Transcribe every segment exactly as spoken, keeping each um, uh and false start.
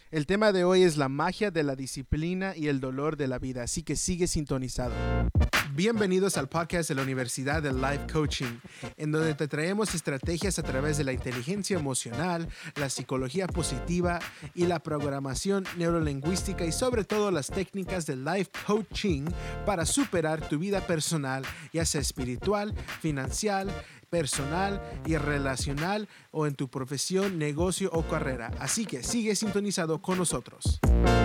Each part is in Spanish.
El tema de hoy es la magia de la disciplina y el dolor de la vida, así que sigue sintonizado. Bienvenidos al podcast de la Universidad de Life Coaching, en donde te traemos estrategias a través de la inteligencia emocional, la psicología positiva y la programación neurolingüística y sobre todo las técnicas de Life Coaching para superar tu vida personal, ya sea espiritual, financiera, personal y relacional o en tu profesión, negocio o carrera. Así que sigue sintonizado con nosotros.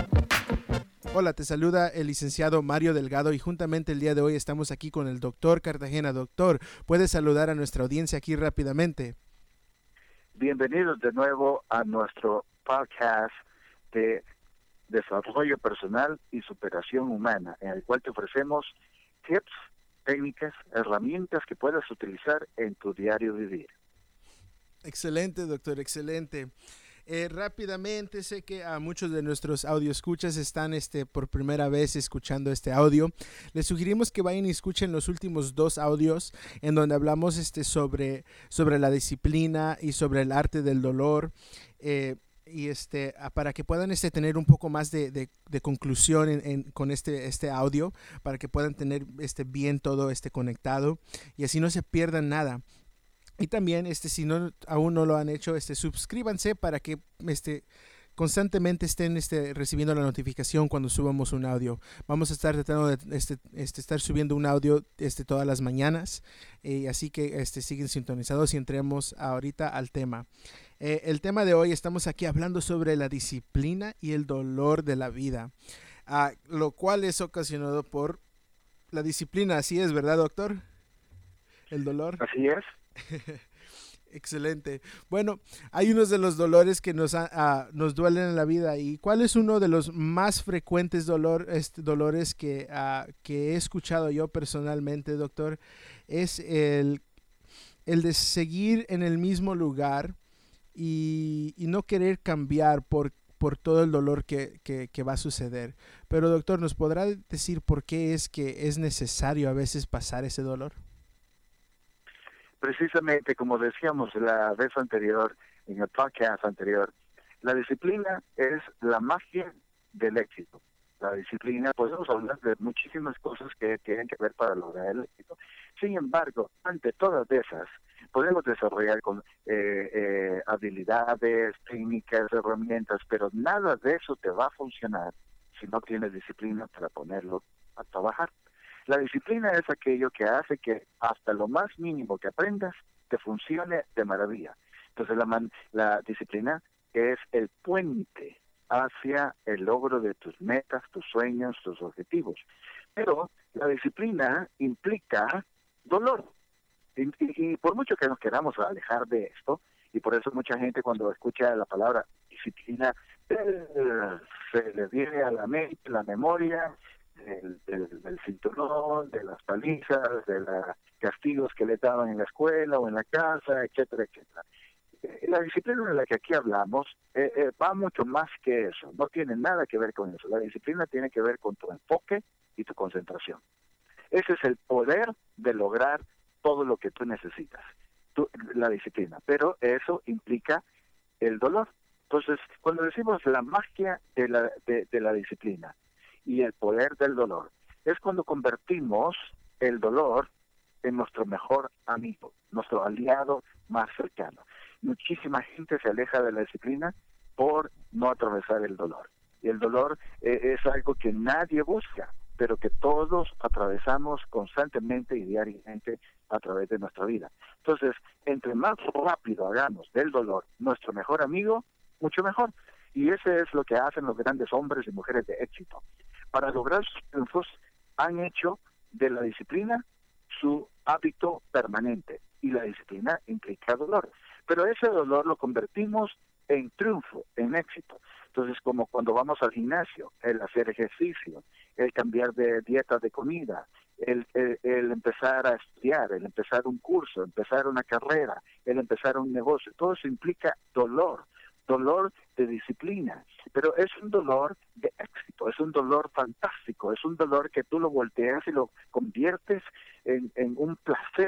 Hola, te saluda el licenciado Mario Delgado y juntamente el día de hoy estamos aquí con el doctor Cartagena. Doctor, ¿puedes saludar a nuestra audiencia aquí rápidamente? Bienvenidos de nuevo a nuestro podcast de desarrollo personal y superación humana, en el cual te ofrecemos tips, técnicas, herramientas que puedas utilizar en tu diario vivir. Excelente, doctor, excelente. Eh, rápidamente, sé que a muchos de nuestros audioscuchas están este, por primera vez escuchando este audio. Les sugerimos que vayan y escuchen los últimos dos audios en donde hablamos este, sobre, sobre la disciplina y sobre el arte del dolor. Eh, y este para que puedan este tener un poco más de, de, de conclusión en, en, con este, este audio, para que puedan tener este bien todo este conectado y así no se pierdan nada. Y también, este, si no aún no lo han hecho, este, suscríbanse para que este, constantemente estén este, recibiendo la notificación cuando subamos un audio. Vamos a estar tratando de este, este, estar subiendo un audio este, todas las mañanas. Eh, así que este, siguen sintonizados y entremos ahorita al tema. Eh, el tema de hoy, estamos aquí hablando sobre la disciplina y el dolor de la vida, ah, lo cual es ocasionado por la disciplina. Así es, ¿verdad, doctor? El dolor. Así es. Excelente. Bueno, hay unos de los dolores que nos, uh, nos duelen en la vida. ¿Y cuál es uno de los más frecuentes dolor, este, dolores que, uh, que he escuchado yo personalmente, doctor? Es el, el de seguir en el mismo lugar y, y no querer cambiar por, por todo el dolor que, que, que va a suceder. Pero, doctor, ¿nos podrá decir por qué es que es necesario a veces pasar ese dolor? Precisamente como decíamos la vez anterior, en el podcast anterior, la disciplina es la magia del éxito. La disciplina, podemos hablar de muchísimas cosas que tienen que ver para lograr el éxito. Sin embargo, ante todas esas, podemos desarrollar con eh, eh, habilidades, técnicas, herramientas, pero nada de eso te va a funcionar si no tienes disciplina para ponerlo a trabajar. La disciplina es aquello que hace que hasta lo más mínimo que aprendas te funcione de maravilla. Entonces la, man, la disciplina es el puente hacia el logro de tus metas, tus sueños, tus objetivos. Pero la disciplina implica dolor. Y, y, y por mucho que nos queramos alejar de esto, y por eso mucha gente cuando escucha la palabra disciplina, eh, se le viene a la mente, la memoria, Del, del, del cinturón, de las palizas, de los castigos que le daban en la escuela o en la casa, etcétera, etcétera. Eh, la disciplina de la que aquí hablamos eh, eh, va mucho más que eso, no tiene nada que ver con eso. La disciplina tiene que ver con tu enfoque y tu concentración. Ese es el poder de lograr todo lo que tú necesitas, tú, la disciplina, pero eso implica el dolor. Entonces, cuando decimos la magia de la, de, de la disciplina y el poder del dolor, es cuando convertimos el dolor en nuestro mejor amigo, nuestro aliado más cercano. Muchísima gente se aleja de la disciplina por no atravesar el dolor. Y el dolor eh, es algo que nadie busca, pero que todos atravesamos constantemente y diariamente a través de nuestra vida. Entonces, entre más rápido hagamos del dolor nuestro mejor amigo, mucho mejor. Y ese es lo que hacen los grandes hombres y mujeres de éxito. Para lograr sus triunfos, han hecho de la disciplina su hábito permanente. Y la disciplina implica dolor. Pero ese dolor lo convertimos en triunfo, en éxito. Entonces, como cuando vamos al gimnasio, el hacer ejercicio, el cambiar de dieta de comida, el, el, el empezar a estudiar, el empezar un curso, empezar una carrera, el empezar un negocio, todo eso implica dolor. Dolor de disciplina, pero es un dolor de éxito, es un dolor fantástico, es un dolor que tú lo volteas y lo conviertes en, en un placer,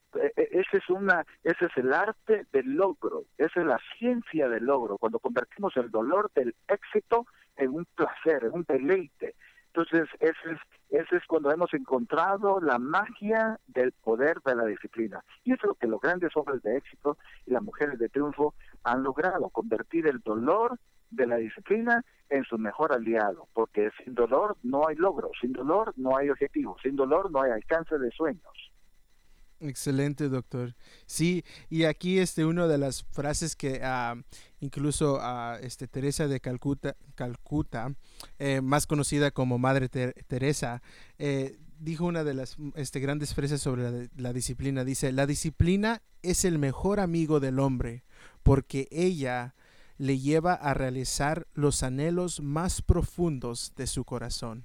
Eh, eh, Ese es una, ese es el arte del logro, esa es la ciencia del logro, cuando convertimos el dolor del éxito en un placer, en un deleite. Entonces, ese es, ese es cuando hemos encontrado la magia del poder de la disciplina. Y eso es lo que los grandes hombres de éxito y las mujeres de triunfo han logrado, convertir el dolor de la disciplina en su mejor aliado, porque sin dolor no hay logro, sin dolor no hay objetivo, sin dolor no hay alcance de sueños. Excelente, doctor. Sí, y aquí este una de las frases que uh, incluso uh, este Teresa de Calcuta, Calcuta eh, más conocida como Madre Ter Teresa, eh, dijo una de las este, grandes frases sobre la, la disciplina. Dice, la disciplina es el mejor amigo del hombre porque ella le lleva a realizar los anhelos más profundos de su corazón.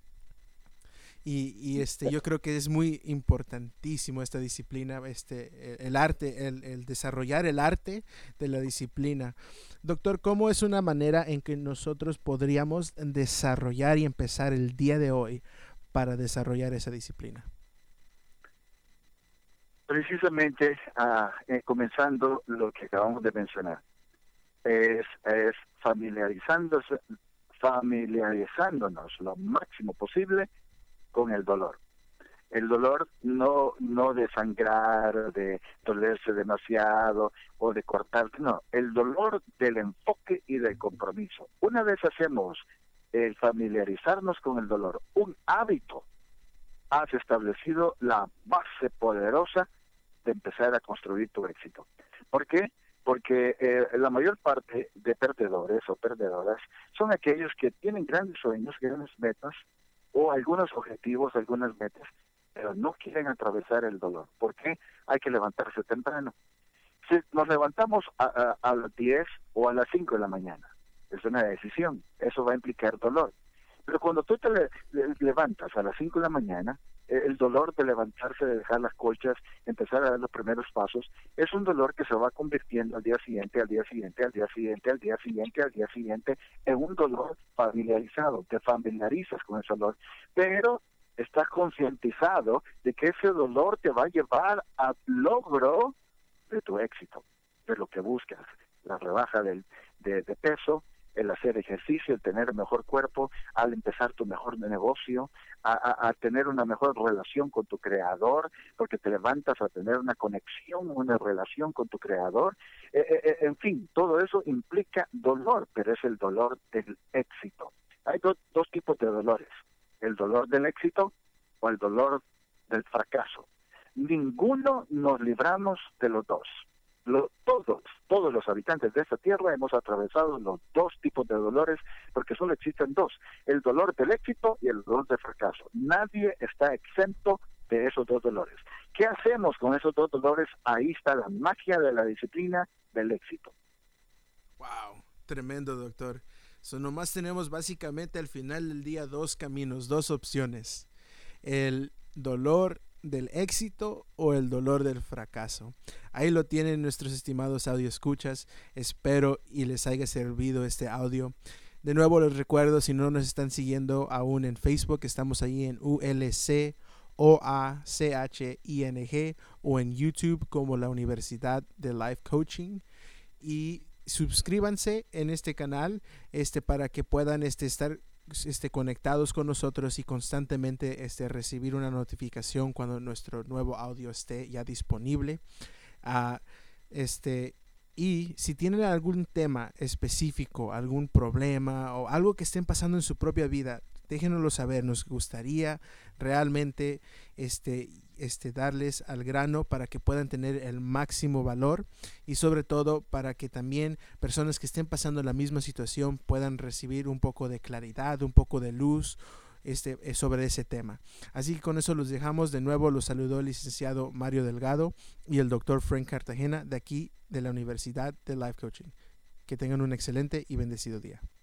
Y, y este, yo creo que es muy importantísimo esta disciplina, este, el arte, el, el desarrollar el arte de la disciplina. Doctor, ¿cómo es una manera en que nosotros podríamos desarrollar y empezar el día de hoy para desarrollar esa disciplina? Precisamente uh, eh, comenzando lo que acabamos de mencionar, es, es familiarizándose, familiarizándonos lo máximo posible con el dolor. El dolor no no de sangrar, de dolerse demasiado o de cortar, no, el dolor del enfoque y del compromiso. Una vez hacemos el familiarizarnos con el dolor, un hábito, has establecido la base poderosa de empezar a construir tu éxito. ¿Por qué? Porque eh, la mayor parte de perdedores o perdedoras son aquellos que tienen grandes sueños, grandes metas, o algunos objetivos, algunas metas, pero no quieren atravesar el dolor. ¿Por qué? Hay que levantarse temprano. Si nos levantamos a, a, a las diez o a las cinco de la mañana, es una decisión, eso va a implicar dolor. Pero cuando tú te le, le, levantas a las cinco de la mañana, eh, el dolor de levantarse, de dejar las colchas, empezar a dar los primeros pasos, es un dolor que se va convirtiendo al día siguiente, al día siguiente, al día siguiente, al día siguiente, al día siguiente, en un dolor familiarizado. Te familiarizas con ese dolor, pero estás concientizado de que ese dolor te va a llevar al logro de tu éxito, de lo que buscas, la rebaja del, de, de peso, el hacer ejercicio, el tener mejor cuerpo, al empezar tu mejor negocio, a, a, a tener una mejor relación con tu creador, porque te levantas a tener una conexión, una relación con tu creador. Eh, eh, en fin, todo eso implica dolor, pero es el dolor del éxito. Hay do, dos tipos de dolores, el dolor del éxito o el dolor del fracaso. Ninguno nos libramos de los dos. Lo, todos, todos los habitantes de esta tierra hemos atravesado los dos tipos de dolores, porque solo existen dos, el dolor del éxito y el dolor del fracaso. Nadie está exento de esos dos dolores. ¿Qué hacemos con esos dos dolores? Ahí está la magia de la disciplina del éxito. Wow, tremendo, doctor. So, nomás tenemos básicamente al final del día dos caminos, dos opciones. El dolor del éxito o el dolor del fracaso. Ahí lo tienen nuestros estimados audio escuchas. Espero y les haya servido este audio. De nuevo les recuerdo, si no nos están siguiendo aún en Facebook, estamos ahí en U L C O A C H I N G o en YouTube como la Universidad de Life Coaching. Y suscríbanse en este canal este, para que puedan este, estar Este, conectados con nosotros y constantemente este, recibir una notificación cuando nuestro nuevo audio esté ya disponible. Uh, este, y si tienen algún tema específico, algún problema o algo que estén pasando en su propia vida, déjenoslo saber. Nos gustaría realmente este, este, darles al grano para que puedan tener el máximo valor y sobre todo para que también personas que estén pasando la misma situación puedan recibir un poco de claridad, un poco de luz este, sobre ese tema. Así que con eso los dejamos. De nuevo los saludó el licenciado Mario Delgado y el doctor Frank Cartagena de aquí de la Universidad de Life Coaching. Que tengan un excelente y bendecido día.